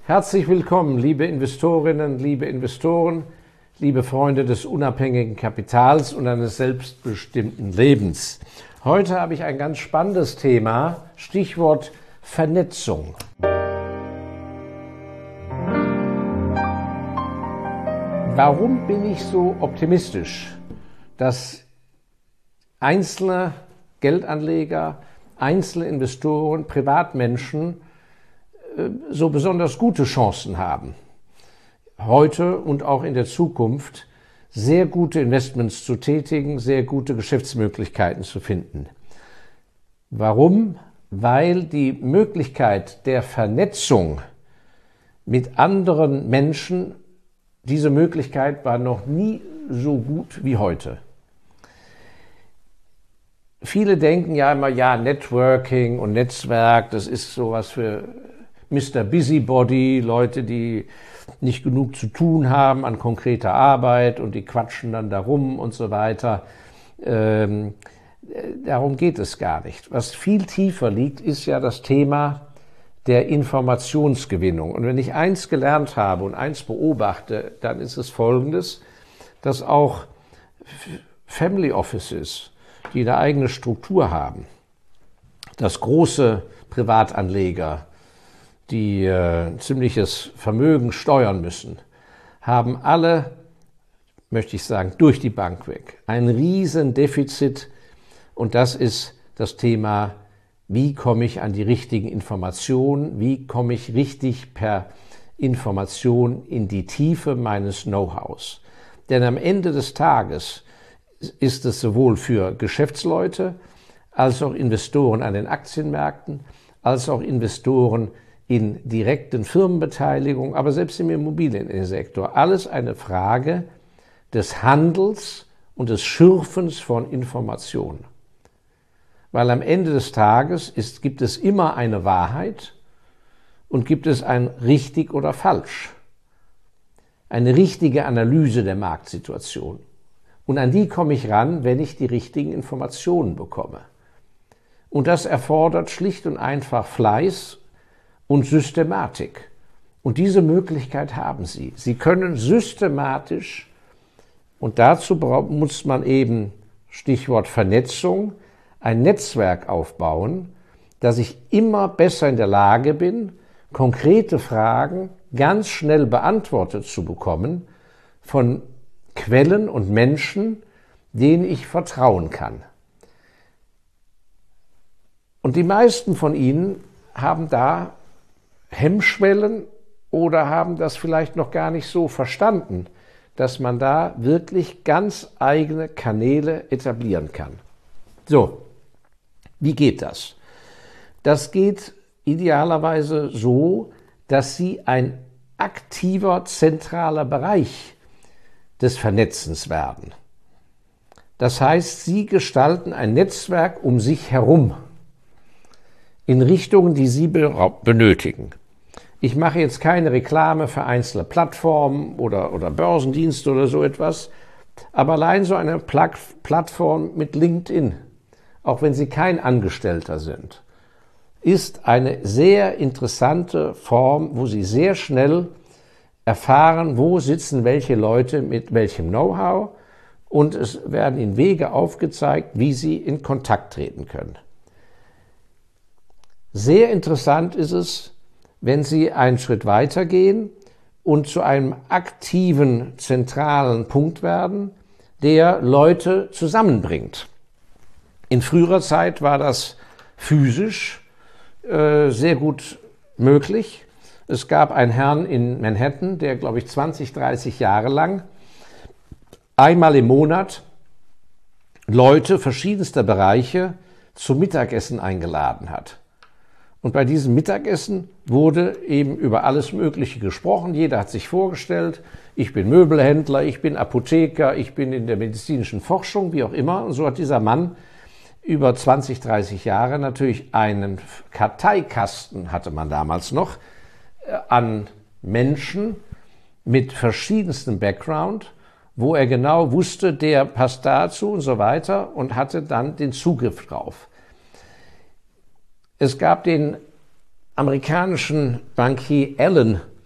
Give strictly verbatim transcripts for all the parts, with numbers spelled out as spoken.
Herzlich willkommen, liebe Investorinnen, liebe Investoren, liebe Freunde des unabhängigen Kapitals und eines selbstbestimmten Lebens. Heute habe ich ein ganz spannendes Thema, Stichwort Vernetzung. Warum bin ich so optimistisch, dass einzelne Geldanleger, einzelne Investoren, Privatmenschen so besonders gute Chancen haben, heute und auch in der Zukunft sehr gute Investments zu tätigen, sehr gute Geschäftsmöglichkeiten zu finden? Warum? Weil die Möglichkeit der Vernetzung mit anderen Menschen, diese Möglichkeit war noch nie so gut wie heute. Viele denken ja immer, ja, Networking und Netzwerk, das ist sowas für Mister Busybody, Leute, die nicht genug zu tun haben an konkreter Arbeit und die quatschen dann darum und so weiter. Ähm, darum geht es gar nicht. Was viel tiefer liegt, ist ja das Thema der Informationsgewinnung. Und wenn ich eins gelernt habe und eins beobachte, dann ist es Folgendes, dass auch Family Offices, die eine eigene Struktur haben, dass große Privatanleger, die äh, ziemliches Vermögen steuern müssen, haben alle, möchte ich sagen, durch die Bank weg ein riesen Defizit, und das ist das Thema, wie komme ich an die richtigen Informationen, wie komme ich richtig per Information in die Tiefe meines Know-hows. Denn am Ende des Tages ist es sowohl für Geschäftsleute als auch Investoren an den Aktienmärkten, als auch Investoren in direkten Firmenbeteiligung, aber selbst im Immobiliensektor, alles eine Frage des Handels und des Schürfens von Informationen. Weil am Ende des Tages ist, gibt es immer eine Wahrheit und gibt es ein richtig oder falsch. Eine richtige Analyse der Marktsituation. Und an die komme ich ran, wenn ich die richtigen Informationen bekomme. Und das erfordert schlicht und einfach Fleiß und Systematik. Und diese Möglichkeit haben Sie. Sie können systematisch, und dazu muss man eben, Stichwort Vernetzung, ein Netzwerk aufbauen, dass ich immer besser in der Lage bin, konkrete Fragen ganz schnell beantwortet zu bekommen von Quellen und Menschen, denen ich vertrauen kann. Und die meisten von Ihnen haben da Hemmschwellen oder haben das vielleicht noch gar nicht so verstanden, dass man da wirklich ganz eigene Kanäle etablieren kann. So, wie geht das? Das geht idealerweise so, dass Sie ein aktiver, zentraler Bereich des Vernetzens werden. Das heißt, Sie gestalten ein Netzwerk um sich herum in Richtungen, die Sie benötigen. Ich mache jetzt keine Reklame für einzelne Plattformen oder, oder Börsendienste oder so etwas, aber allein so eine Plattform mit LinkedIn, auch wenn Sie kein Angestellter sind, ist eine sehr interessante Form, wo Sie sehr schnell erfahren, wo sitzen welche Leute mit welchem Know-how, und es werden Ihnen Wege aufgezeigt, wie Sie in Kontakt treten können. Sehr interessant ist es, wenn Sie einen Schritt weitergehen und zu einem aktiven, zentralen Punkt werden, der Leute zusammenbringt. In früherer Zeit war das physisch äh, sehr gut möglich. Es gab einen Herrn in Manhattan, der, glaube ich, zwanzig, dreißig Jahre lang einmal im Monat Leute verschiedenster Bereiche zum Mittagessen eingeladen hat. Und bei diesem Mittagessen wurde eben über alles Mögliche gesprochen. Jeder hat sich vorgestellt, ich bin Möbelhändler, ich bin Apotheker, ich bin in der medizinischen Forschung, wie auch immer. Und so hat dieser Mann über zwanzig, dreißig Jahre natürlich einen Karteikasten, hatte man damals noch, an Menschen mit verschiedenstem Background, wo er genau wusste, der passt dazu und so weiter, und hatte dann den Zugriff drauf. Es gab den amerikanischen Bankier Allen,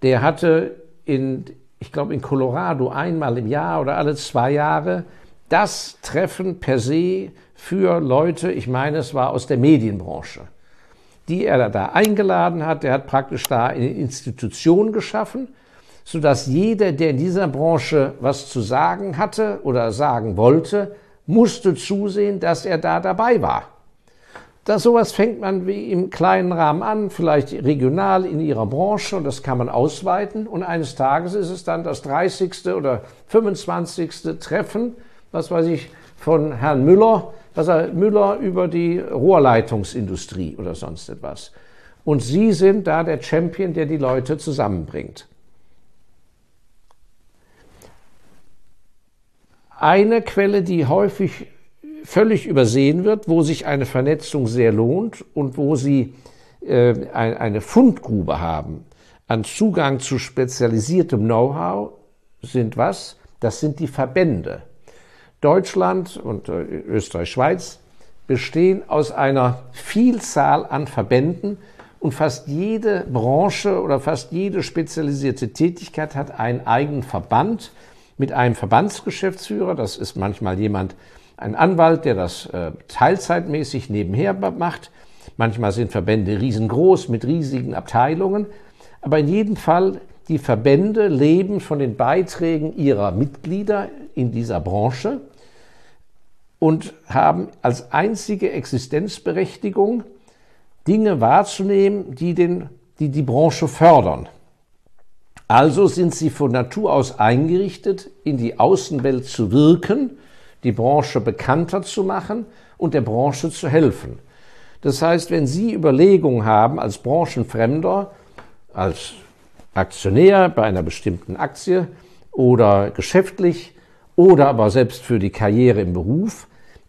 der hatte in, ich glaube in Colorado einmal im Jahr oder alle zwei Jahre das Treffen per se für Leute, ich meine, es war aus der Medienbranche, die er da eingeladen hat. Der hat praktisch da eine Institution geschaffen, sodass jeder, der in dieser Branche was zu sagen hatte oder sagen wollte, musste zusehen, dass er da dabei war. Das, sowas fängt man wie im kleinen Rahmen an, vielleicht regional in ihrer Branche, und das kann man ausweiten. Und eines Tages ist es dann das dreißigste oder fünfundzwanzigste Treffen, was weiß ich, von Herrn Müller, was er Müller über die Rohrleitungsindustrie oder sonst etwas. Und Sie sind da der Champion, der die Leute zusammenbringt. Eine Quelle, die häufig völlig übersehen wird, wo sich eine Vernetzung sehr lohnt und wo Sie äh, eine Fundgrube haben an Zugang zu spezialisiertem Know-how, sind was? Das sind die Verbände. Deutschland und äh, Österreich, Schweiz bestehen aus einer Vielzahl an Verbänden, und fast jede Branche oder fast jede spezialisierte Tätigkeit hat einen eigenen Verband mit einem Verbandsgeschäftsführer. Das ist manchmal jemand, ein Anwalt, der das äh, teilzeitmäßig nebenher macht. Manchmal sind Verbände riesengroß mit riesigen Abteilungen. Aber in jedem Fall, die Verbände leben von den Beiträgen ihrer Mitglieder in dieser Branche und haben als einzige Existenzberechtigung, Dinge wahrzunehmen, die, den, die die Branche fördern. Also sind sie von Natur aus eingerichtet, in die Außenwelt zu wirken, die Branche bekannter zu machen und der Branche zu helfen. Das heißt, wenn Sie Überlegungen haben als Branchenfremder, als Aktionär bei einer bestimmten Aktie oder geschäftlich oder aber selbst für die Karriere im Beruf,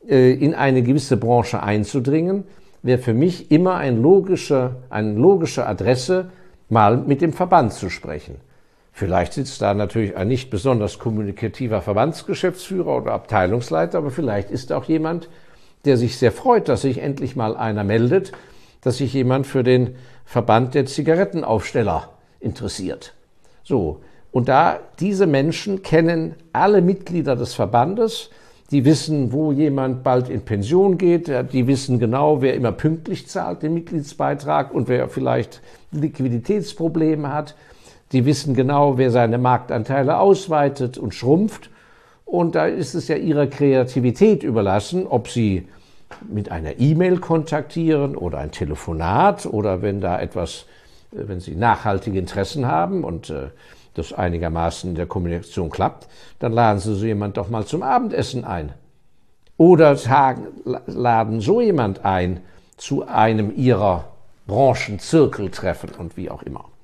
in eine gewisse Branche einzudringen, wäre für mich immer ein logische, eine logische Adresse, mal mit dem Verband zu sprechen. Vielleicht sitzt da natürlich ein nicht besonders kommunikativer Verbandsgeschäftsführer oder Abteilungsleiter, aber vielleicht ist auch jemand, der sich sehr freut, dass sich endlich mal einer meldet, dass sich jemand für den Verband der Zigarettenaufsteller interessiert. So, und da diese Menschen kennen alle Mitglieder des Verbandes, die wissen, wo jemand bald in Pension geht, die wissen genau, wer immer pünktlich zahlt den Mitgliedsbeitrag und wer vielleicht Liquiditätsprobleme hat. Die wissen genau, wer seine Marktanteile ausweitet und schrumpft. Und da ist es ja ihrer Kreativität überlassen, ob sie mit einer E-Mail kontaktieren oder ein Telefonat oder wenn da etwas, wenn sie nachhaltige Interessen haben und äh, das einigermaßen in der Kommunikation klappt, dann laden sie so jemand doch mal zum Abendessen ein. Oder tagen, laden so jemand ein zu einem ihrer Branchenzirkeltreffen und wie auch immer.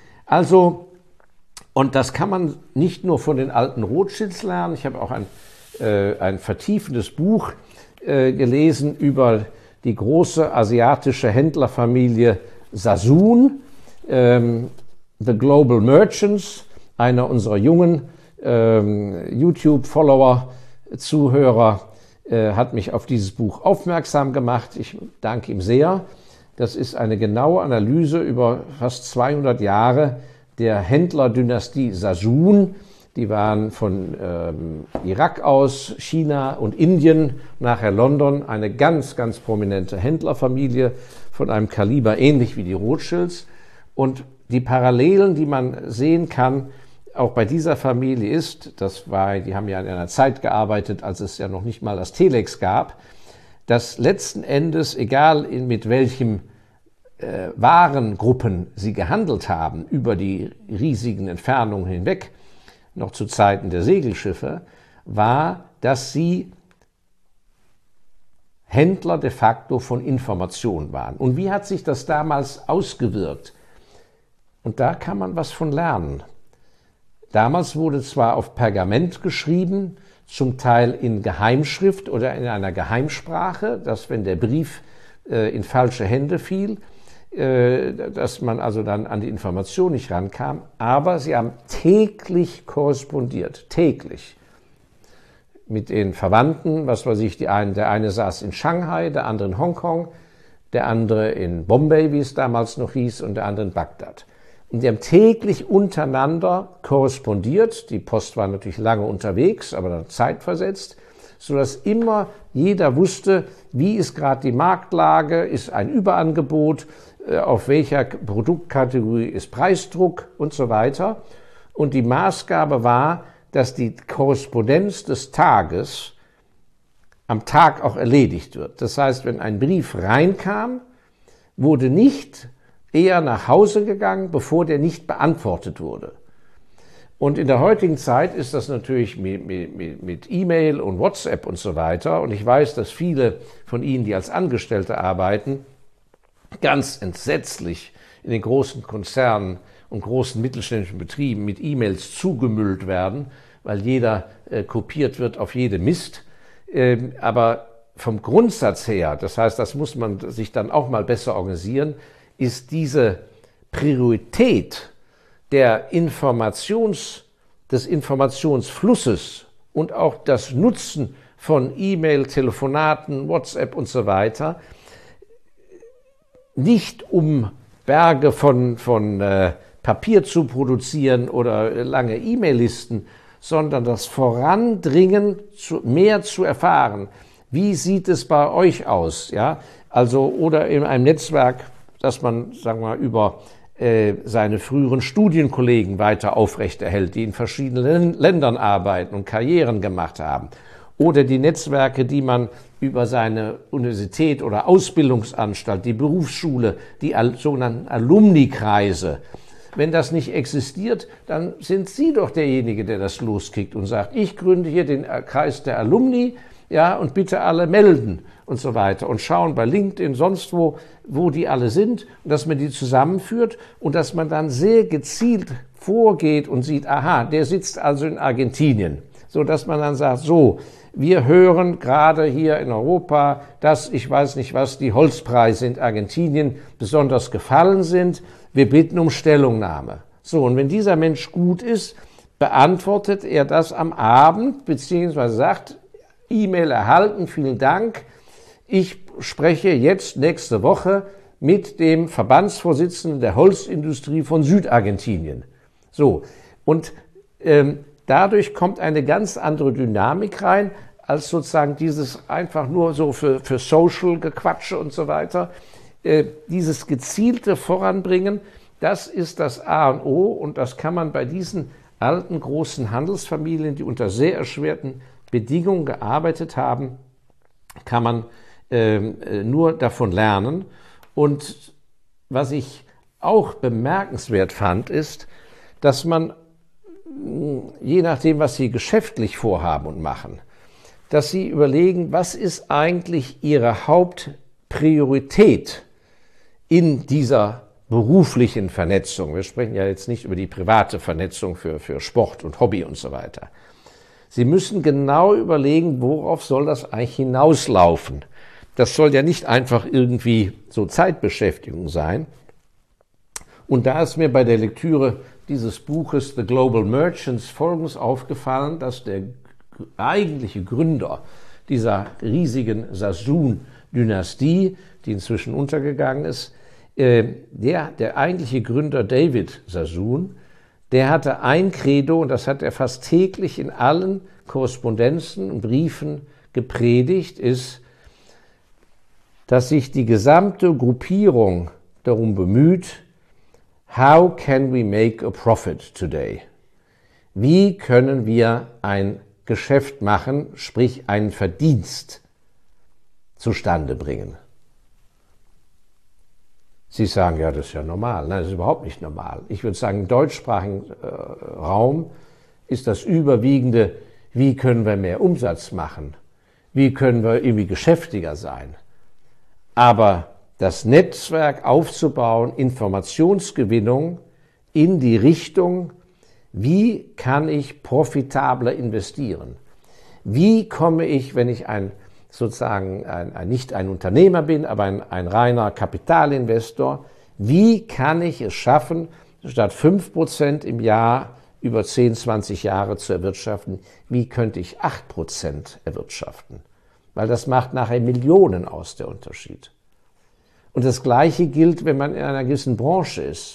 Also, und das kann man nicht nur von den alten Rothschilds lernen. Ich habe auch ein, äh, ein vertiefendes Buch äh, gelesen über die große asiatische Händlerfamilie Sassoon, ähm, The Global Merchants, einer unserer jungen ähm, YouTube-Follower, Zuhörer, äh, hat mich auf dieses Buch aufmerksam gemacht. Ich danke ihm sehr. Das ist eine genaue Analyse über fast zweihundert Jahre der Händlerdynastie Sassoon. Die waren von ähm, Irak aus, China und Indien, nachher London, eine ganz, ganz prominente Händlerfamilie von einem Kaliber ähnlich wie die Rothschilds. Und die Parallelen, die man sehen kann, auch bei dieser Familie ist, das war, die haben ja in einer Zeit gearbeitet, als es ja noch nicht mal das Telex gab, dass letzten Endes, egal in, mit welchem äh, Warengruppen sie gehandelt haben, über die riesigen Entfernungen hinweg, noch zu Zeiten der Segelschiffe, war, dass sie Händler de facto von Information waren. Und wie hat sich das damals ausgewirkt? Und da kann man was von lernen. Damals wurde zwar auf Pergament geschrieben, zum Teil in Geheimschrift oder in einer Geheimsprache, dass wenn der Brief äh, in falsche Hände fiel, äh, dass man also dann an die Information nicht rankam, aber sie haben täglich korrespondiert, täglich mit den Verwandten, was weiß ich, die einen, der eine saß in Shanghai, der andere in Hongkong, der andere in Bombay, wie es damals noch hieß, und der andere in Bagdad. Und die haben täglich untereinander korrespondiert. Die Post war natürlich lange unterwegs, aber dann zeitversetzt, sodass immer jeder wusste, wie ist gerade die Marktlage, ist ein Überangebot, auf welcher Produktkategorie ist Preisdruck und so weiter. Und die Maßgabe war, dass die Korrespondenz des Tages am Tag auch erledigt wird. Das heißt, wenn ein Brief reinkam, wurde nicht eher nach Hause gegangen, bevor der nicht beantwortet wurde. Und in der heutigen Zeit ist das natürlich mit, mit, mit E-Mail und WhatsApp und so weiter. Und ich weiß, dass viele von Ihnen, die als Angestellte arbeiten, ganz entsetzlich in den großen Konzernen und großen mittelständischen Betrieben mit E-Mails zugemüllt werden, weil jeder äh, kopiert wird auf jede Mist. Ähm, aber vom Grundsatz her, das heißt, das muss man sich dann auch mal besser organisieren, ist diese Priorität der Informations, des Informationsflusses und auch das Nutzen von E-Mail, Telefonaten, WhatsApp und so weiter, nicht um Berge von, von äh, Papier zu produzieren oder lange E-Mail-Listen, sondern das Vorandringen, zu, mehr zu erfahren. Wie sieht es bei euch aus? Ja? Also, oder in einem Netzwerk, dass man, sagen wir mal, über äh, seine früheren Studienkollegen weiter aufrechterhält, die in verschiedenen Ländern arbeiten und Karrieren gemacht haben. Oder die Netzwerke, die man über seine Universität oder Ausbildungsanstalt, die Berufsschule, die sogenannten Alumni-Kreise. Wenn das nicht existiert, dann sind Sie doch derjenige, der das loskriegt und sagt, ich gründe hier den Kreis der Alumni, ja, und bitte alle melden und so weiter und schauen bei LinkedIn, sonst wo, wo die alle sind, und dass man die zusammenführt und dass man dann sehr gezielt vorgeht und sieht, aha, der sitzt also in Argentinien, so dass man dann sagt, so, wir hören gerade hier in Europa, dass, ich weiß nicht was, die Holzpreise in Argentinien besonders gefallen sind. Wir bitten um Stellungnahme. So, und wenn dieser Mensch gut ist, beantwortet er das am Abend, beziehungsweise sagt, E-Mail erhalten, vielen Dank. Ich spreche jetzt nächste Woche mit dem Verbandsvorsitzenden der Holzindustrie von Südargentinien. So, und ähm, dadurch kommt eine ganz andere Dynamik rein, als sozusagen dieses einfach nur so für, für Social-Gequatsche und so weiter. Äh, dieses gezielte Voranbringen, das ist das A und O, und das kann man bei diesen alten, großen Handelsfamilien, die unter sehr erschwerten Bedingungen gearbeitet haben, kann man äh, nur davon lernen. Und was ich auch bemerkenswert fand, ist, dass man je nachdem, was Sie geschäftlich vorhaben und machen, dass Sie überlegen, was ist eigentlich Ihre Hauptpriorität in dieser beruflichen Vernetzung. Wir sprechen ja jetzt nicht über die private Vernetzung für, für Sport und Hobby und so weiter. Sie müssen genau überlegen, worauf soll das eigentlich hinauslaufen. Das soll ja nicht einfach irgendwie so Zeitbeschäftigung sein. Und da ist mir bei der Lektüre dieses Buches The Global Merchants Folgendes aufgefallen, dass der eigentliche Gründer dieser riesigen Sassoon-Dynastie, die inzwischen untergegangen ist, äh, der, der eigentliche Gründer David Sassoon, der hatte ein Credo, und das hat er fast täglich in allen Korrespondenzen und Briefen gepredigt, ist, dass sich die gesamte Gruppierung darum bemüht, how can we make a profit today? Wie können wir ein Geschäft machen, sprich einen Verdienst zustande bringen? Sie sagen, ja, das ist ja normal. Nein, das ist überhaupt nicht normal. Ich würde sagen, im deutschsprachigen äh, Raum ist das Überwiegende, wie können wir mehr Umsatz machen? Wie können wir irgendwie geschäftiger sein? Aber das Netzwerk aufzubauen, Informationsgewinnung in die Richtung, wie kann ich profitabler investieren? Wie komme ich, wenn ich ein sozusagen ein, ein, nicht ein Unternehmer bin, aber ein, ein reiner Kapitalinvestor, wie kann ich es schaffen, statt fünf Prozent im Jahr über zehn, zwanzig Jahre zu erwirtschaften, wie könnte ich acht Prozent erwirtschaften? Weil das macht nachher Millionen aus, der Unterschied. Und das Gleiche gilt, wenn man in einer gewissen Branche ist.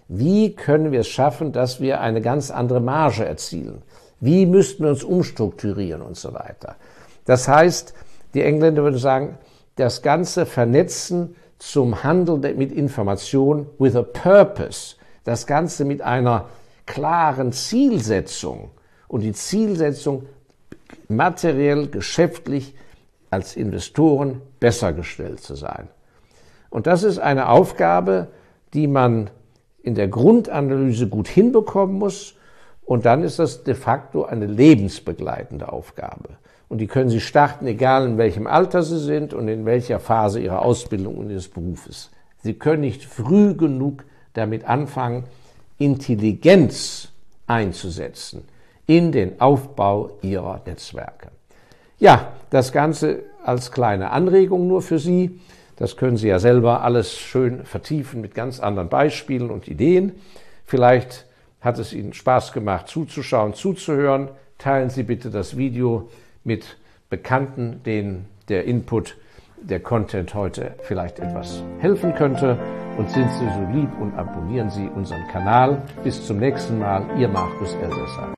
Wie können wir es schaffen, dass wir eine ganz andere Marge erzielen? Wie müssten wir uns umstrukturieren und so weiter? Das heißt, die Engländer würden sagen, das ganze Vernetzen zum Handel mit Information with a purpose, das Ganze mit einer klaren Zielsetzung und die Zielsetzung materiell, geschäftlich als Investoren besser gestellt zu sein. Und das ist eine Aufgabe, die man in der Grundanalyse gut hinbekommen muss, und dann ist das de facto eine lebensbegleitende Aufgabe. Und die können Sie starten, egal in welchem Alter Sie sind und in welcher Phase Ihrer Ausbildung und Ihres Berufes. Sie können nicht früh genug damit anfangen, Intelligenz einzusetzen in den Aufbau Ihrer Netzwerke. Ja, das Ganze als kleine Anregung nur für Sie. Das können Sie ja selber alles schön vertiefen mit ganz anderen Beispielen und Ideen. Vielleicht hat es Ihnen Spaß gemacht, zuzuschauen, zuzuhören. Teilen Sie bitte das Video mit Bekannten, denen der Input, der Content heute vielleicht etwas helfen könnte. Und sind Sie so lieb und abonnieren Sie unseren Kanal. Bis zum nächsten Mal, Ihr Markus Elsässer.